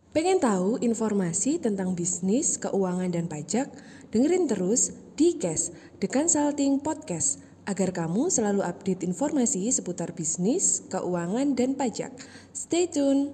Pengen tahu informasi tentang bisnis, keuangan, dan pajak? Dengerin terus di Cash, The Consulting Podcast, agar kamu selalu update informasi seputar bisnis, keuangan, dan pajak. Stay tune!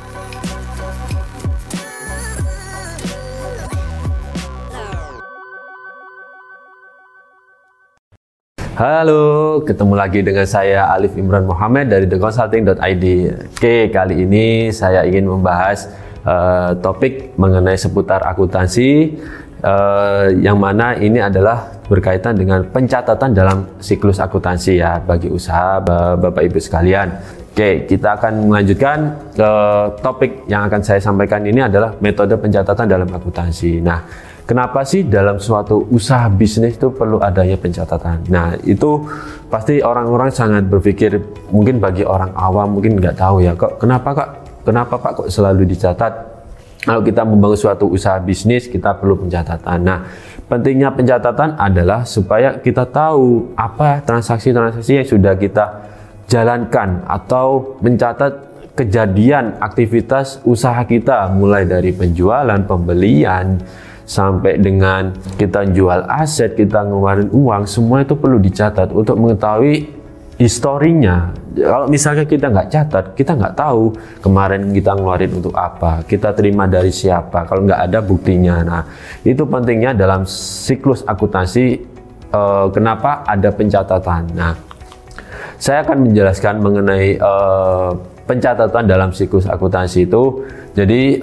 Halo, ketemu lagi dengan saya Alif Imran Muhammad dari theconsulting.id. Oke, kali ini saya ingin membahas topik mengenai seputar akuntansi, yang mana ini adalah berkaitan dengan pencatatan dalam siklus akuntansi ya bagi usaha Bapak Ibu sekalian. Oke, kita akan melanjutkan topik yang akan saya sampaikan ini adalah metode pencatatan dalam akuntansi. Nah, kenapa sih dalam suatu usaha bisnis itu perlu adanya pencatatan? Nah, itu pasti orang-orang sangat berpikir, mungkin bagi orang awam mungkin nggak tahu ya, kenapa Pak kok selalu dicatat? Kalau kita membangun suatu usaha bisnis, kita perlu pencatatan. Nah, pentingnya pencatatan adalah supaya kita tahu apa transaksi-transaksi yang sudah kita jalankan atau mencatat kejadian aktivitas usaha kita mulai dari penjualan, pembelian, sampai dengan kita jual aset, kita ngeluarin uang, semua itu perlu dicatat untuk mengetahui historinya. Kalau misalnya kita nggak catat, kita nggak tahu kemarin kita ngeluarin untuk apa, kita terima dari siapa, kalau nggak ada buktinya. Nah, itu pentingnya dalam siklus akuntansi, kenapa ada pencatatan. Nah, saya akan menjelaskan mengenai pencatatan dalam siklus akuntansi itu. Jadi,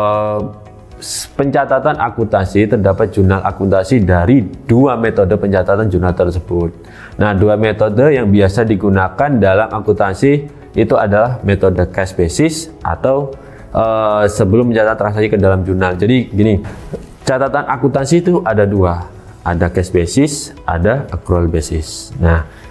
pencatatan akuntansi terdapat jurnal akuntansi dari dua metode pencatatan jurnal tersebut. Nah, dua metode yang biasa digunakan dalam akuntansi itu adalah metode cash basis atau sebelum mencatat transaksi ke dalam jurnal. Jadi gini, catatan akuntansi itu ada dua, ada cash basis, ada accrual basis. Nah,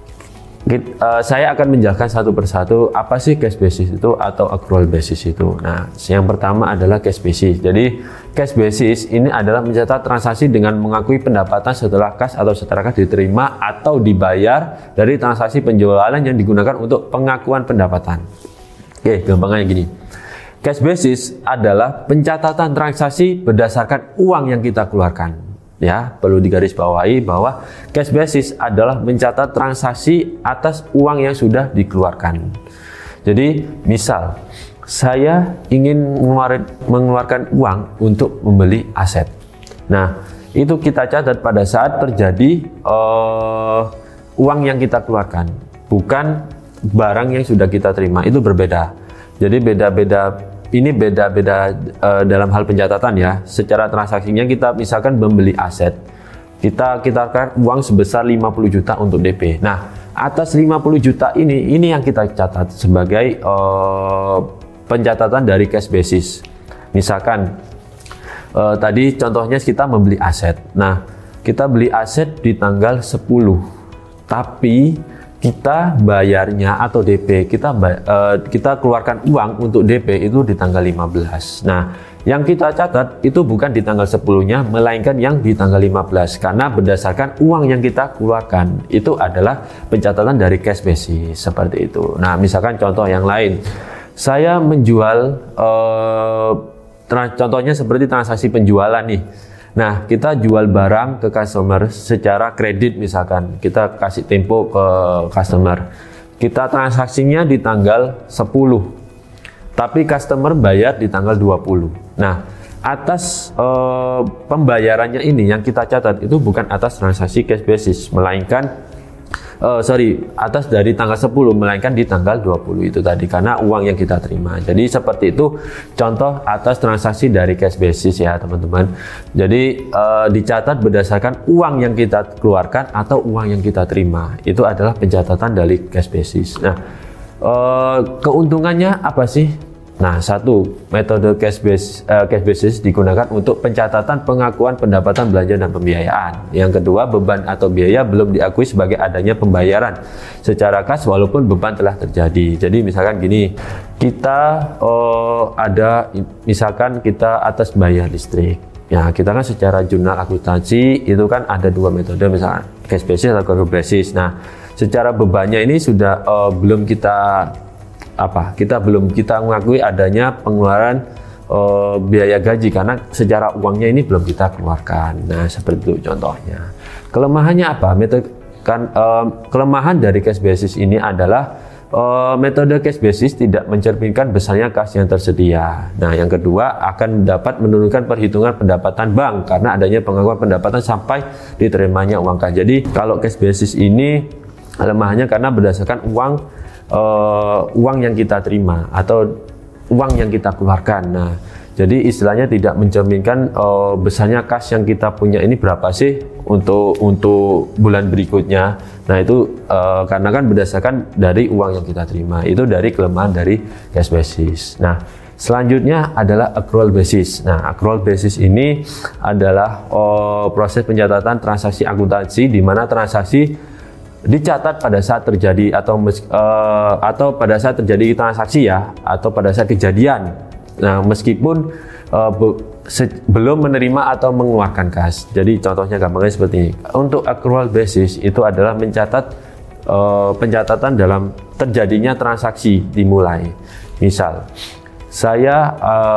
saya akan menjelaskan satu persatu apa sih cash basis itu atau accrual basis itu. Nah, yang pertama adalah cash basis. Jadi, cash basis ini adalah mencatat transaksi dengan mengakui pendapatan setelah kas atau setelah kas diterima atau dibayar dari transaksi penjualan yang digunakan untuk pengakuan pendapatan. Oke, gampangnya gini. Cash basis adalah pencatatan transaksi berdasarkan uang yang kita keluarkan. Ya, perlu digarisbawahi bahwa cash basis adalah mencatat transaksi atas uang yang sudah dikeluarkan. Jadi, misal saya ingin mengeluarkan uang untuk membeli aset. Nah, itu kita catat pada saat terjadi uang yang kita keluarkan, bukan barang yang sudah kita terima. Itu berbeda. Jadi beda-beda dalam hal pencatatan ya. Secara transaksinya kita misalkan membeli aset, kita akan uang sebesar 50 juta untuk DP. Nah, atas 50 juta ini yang kita catat sebagai pencatatan dari cash basis. Misalkan tadi contohnya kita membeli aset. Nah, kita beli aset di tanggal 10, tapi kita bayarnya atau DP, kita keluarkan uang untuk DP itu di tanggal 15. Nah, yang kita catat itu bukan di tanggal 10-nya, melainkan yang di tanggal 15. Karena berdasarkan uang yang kita keluarkan, itu adalah pencatatan dari cash basis, seperti itu. Nah, misalkan contoh yang lain. Saya menjual, contohnya seperti transaksi penjualan nih. Nah, kita jual barang ke customer secara kredit misalkan. Kita kasih tempo ke customer. Kita transaksinya di tanggal 10. Tapi customer bayar di tanggal 20. Nah, atas pembayarannya ini yang kita catat itu bukan atas transaksi cash basis, melainkan atas dari tanggal 10 melainkan di tanggal 20 itu tadi, karena uang yang kita terima. Jadi seperti itu contoh atas transaksi dari cash basis ya teman-teman. Jadi dicatat berdasarkan uang yang kita keluarkan atau uang yang kita terima. Itu adalah pencatatan dari cash basis. Nah, keuntungannya apa sih? Nah, satu, metode cash basis digunakan untuk pencatatan pengakuan pendapatan belanja dan pembiayaan. Yang kedua, beban atau biaya belum diakui sebagai adanya pembayaran secara kas walaupun beban telah terjadi. Jadi misalkan gini, kita misalkan kita atas bayar listrik. Ya, kita kan secara jurnal akuntansi itu kan ada dua metode, misalkan cash basis atau accrual basis. Nah, secara bebannya ini sudah belum kita mengakui adanya pengeluaran biaya gaji karena secara uangnya ini belum kita keluarkan. Nah, seperti itu contohnya. Kelemahannya apa? Kelemahan dari cash basis ini adalah metode cash basis tidak mencerminkan besarnya kas yang tersedia. Nah, yang kedua akan dapat menurunkan perhitungan pendapatan bank karena adanya pengakuan pendapatan sampai diterimanya uang kas. Jadi kalau cash basis ini kelemahannya karena berdasarkan uang yang kita terima atau uang yang kita keluarkan. Nah, jadi istilahnya tidak mencerminkan besarnya kas yang kita punya ini berapa sih untuk bulan berikutnya. Nah, itu karena kan berdasarkan dari uang yang kita terima. Itu dari kelemahan dari cash basis. Nah, selanjutnya adalah accrual basis. Nah, accrual basis ini adalah proses pencatatan transaksi akuntansi di mana transaksi dicatat pada saat terjadi atau pada saat terjadi transaksi ya, atau pada saat kejadian. Nah, meskipun belum menerima atau mengeluarkan kas. Jadi contohnya gampangnya seperti ini. Untuk accrual basis itu adalah mencatat pencatatan dalam terjadinya transaksi dimulai. Misal, saya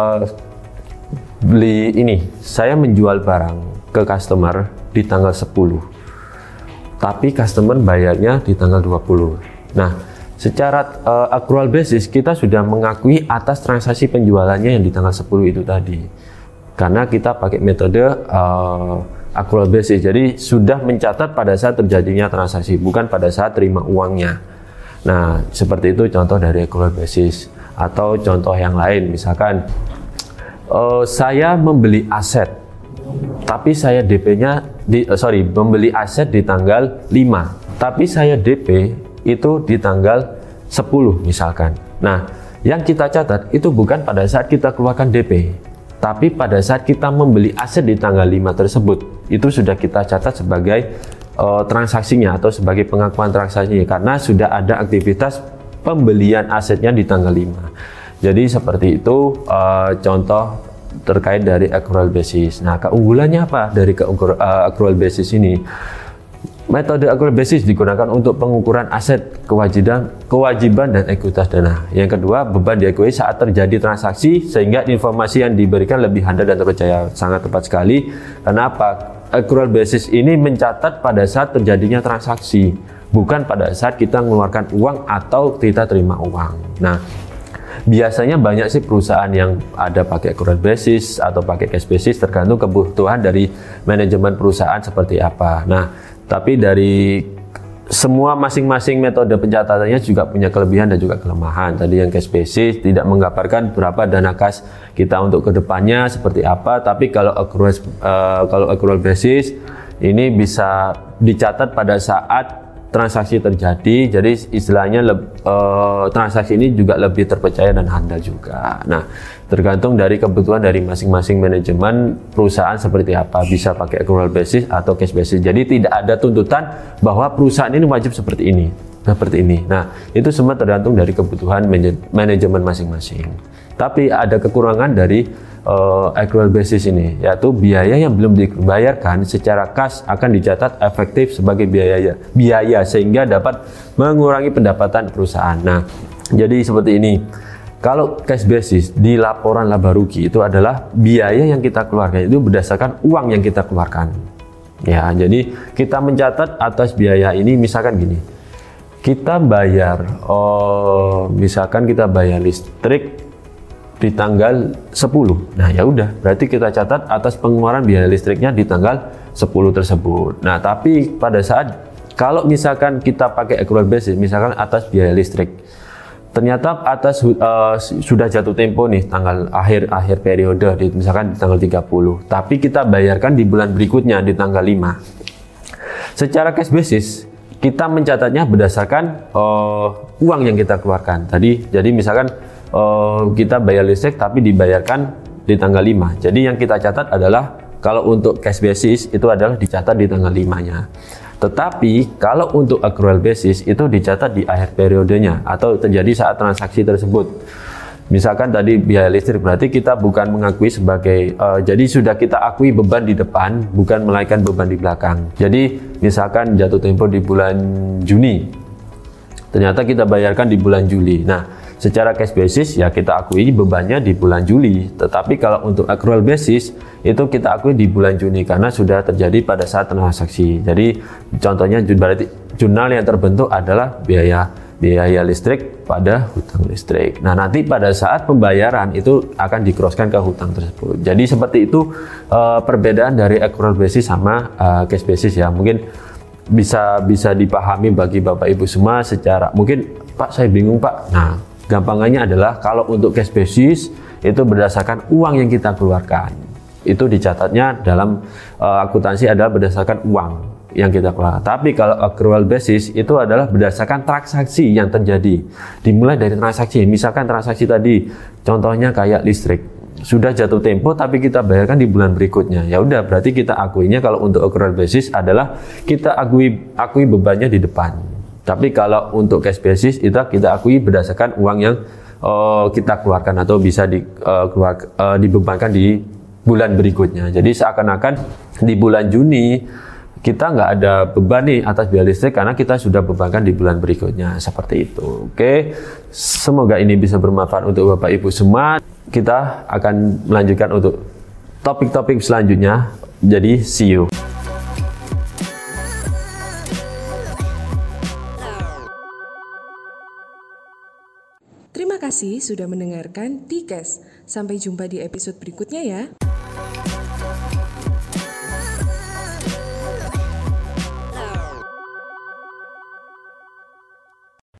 saya menjual barang ke customer di tanggal 10. Tapi customer bayarnya di tanggal 20. Nah, secara accrual basis kita sudah mengakui atas transaksi penjualannya yang di tanggal 10 itu tadi. Karena kita pakai metode accrual basis. Jadi sudah mencatat pada saat terjadinya transaksi, bukan pada saat terima uangnya. Nah, seperti itu contoh dari accrual basis. Atau contoh yang lain, misalkan saya membeli aset, tapi saya membeli aset di tanggal 5, tapi saya DP itu di tanggal 10 misalkan. Nah, yang kita catat itu bukan pada saat kita keluarkan DP, tapi pada saat kita membeli aset di tanggal 5 tersebut. Itu sudah kita catat sebagai transaksinya atau sebagai pengakuan transaksinya karena sudah ada aktivitas pembelian asetnya di tanggal 5. Jadi seperti itu contoh terkait dari accrual basis. Nah, keunggulannya apa dari accrual basis ini? Metode accrual basis digunakan untuk pengukuran aset, kewajiban dan ekuitas dana. Yang kedua, beban diakui saat terjadi transaksi sehingga informasi yang diberikan lebih handal dan terpercaya. Sangat tepat sekali. Karena apa? Accrual basis ini mencatat pada saat terjadinya transaksi, bukan pada saat kita mengeluarkan uang atau kita terima uang. Nah, biasanya banyak sih perusahaan yang ada pakai accrual basis atau pakai cash basis, tergantung kebutuhan dari manajemen perusahaan seperti apa. Nah, tapi dari semua masing-masing metode pencatatannya juga punya kelebihan dan juga kelemahan. Tadi yang cash basis tidak menggambarkan berapa dana kas kita untuk kedepannya seperti apa, tapi kalau accrual basis ini bisa dicatat pada saat transaksi terjadi, jadi istilahnya transaksi ini juga lebih terpercaya dan handal juga. Nah, tergantung dari kebutuhan dari masing-masing manajemen perusahaan seperti apa, bisa pakai accrual basis atau cash basis. Jadi tidak ada tuntutan bahwa perusahaan ini wajib seperti ini. Nah, itu semua tergantung dari kebutuhan manajemen masing-masing. Tapi ada kekurangan dari accrual basis ini, yaitu biaya yang belum dibayarkan secara kas akan dicatat efektif sebagai biaya sehingga dapat mengurangi pendapatan perusahaan. Nah, jadi seperti ini. Kalau cash basis di laporan laba rugi itu adalah biaya yang kita keluarkan itu berdasarkan uang yang kita keluarkan. Ya, jadi kita mencatat atas biaya ini, misalkan gini. Kita bayar misalkan kita bayar listrik di tanggal 10. Nah, ya udah, berarti kita catat atas pengeluaran biaya listriknya di tanggal 10 tersebut. Nah, tapi pada saat kalau misalkan kita pakai accrual basis, misalkan atas biaya listrik, ternyata atas sudah jatuh tempo nih tanggal akhir periode misalkan di tanggal 30, tapi kita bayarkan di bulan berikutnya di tanggal 5. Secara cash basis kita mencatatnya berdasarkan uang yang kita keluarkan tadi. Jadi misalkan kita bayar listrik tapi dibayarkan di tanggal 5. Jadi yang kita catat adalah kalau untuk cash basis itu adalah dicatat di tanggal 5-nya. Tetapi kalau untuk accrual basis itu dicatat di akhir periodenya atau terjadi saat transaksi tersebut. Misalkan tadi biaya listrik berarti kita bukan mengakui sebagai jadi sudah kita akui beban di depan, bukan melainkan beban di belakang. Jadi misalkan jatuh tempo di bulan Juni, ternyata kita bayarkan di bulan Juli. Nah, secara cash basis ya kita akui bebannya di bulan Juli. Tetapi kalau untuk accrual basis itu kita akui di bulan Juni karena sudah terjadi pada saat transaksi. Jadi contohnya berarti jurnal yang terbentuk adalah biaya listrik pada hutang listrik. Nah, nanti pada saat pembayaran itu akan di-cross-kan ke hutang tersebut. Jadi seperti itu perbedaan dari accrual basis sama cash basis ya. Mungkin bisa dipahami bagi Bapak Ibu semua secara mungkin Pak saya bingung Pak. Nah, gampangannya adalah kalau untuk cash basis itu berdasarkan uang yang kita keluarkan. Itu dicatatnya dalam akuntansi adalah berdasarkan uang yang kita keluarkan. Tapi kalau accrual basis itu adalah berdasarkan transaksi yang terjadi. Dimulai dari transaksi. Misalkan transaksi tadi contohnya kayak listrik. Sudah jatuh tempo tapi kita bayarkan di bulan berikutnya. Ya udah berarti kita akuinya kalau untuk accrual basis adalah kita akui bebannya di depan. Tapi kalau untuk cash basis itu kita akui berdasarkan uang yang kita keluarkan atau bisa dibebankan di bulan berikutnya. Jadi seakan-akan di bulan Juni kita nggak ada beban nih atas biaya listrik karena kita sudah bebankan di bulan berikutnya. Seperti itu. Oke, semoga ini bisa bermanfaat untuk Bapak Ibu semua. Kita akan melanjutkan untuk topik-topik selanjutnya. Jadi see you. Terima kasih sudah mendengarkan Dikes. Sampai jumpa di episode berikutnya ya.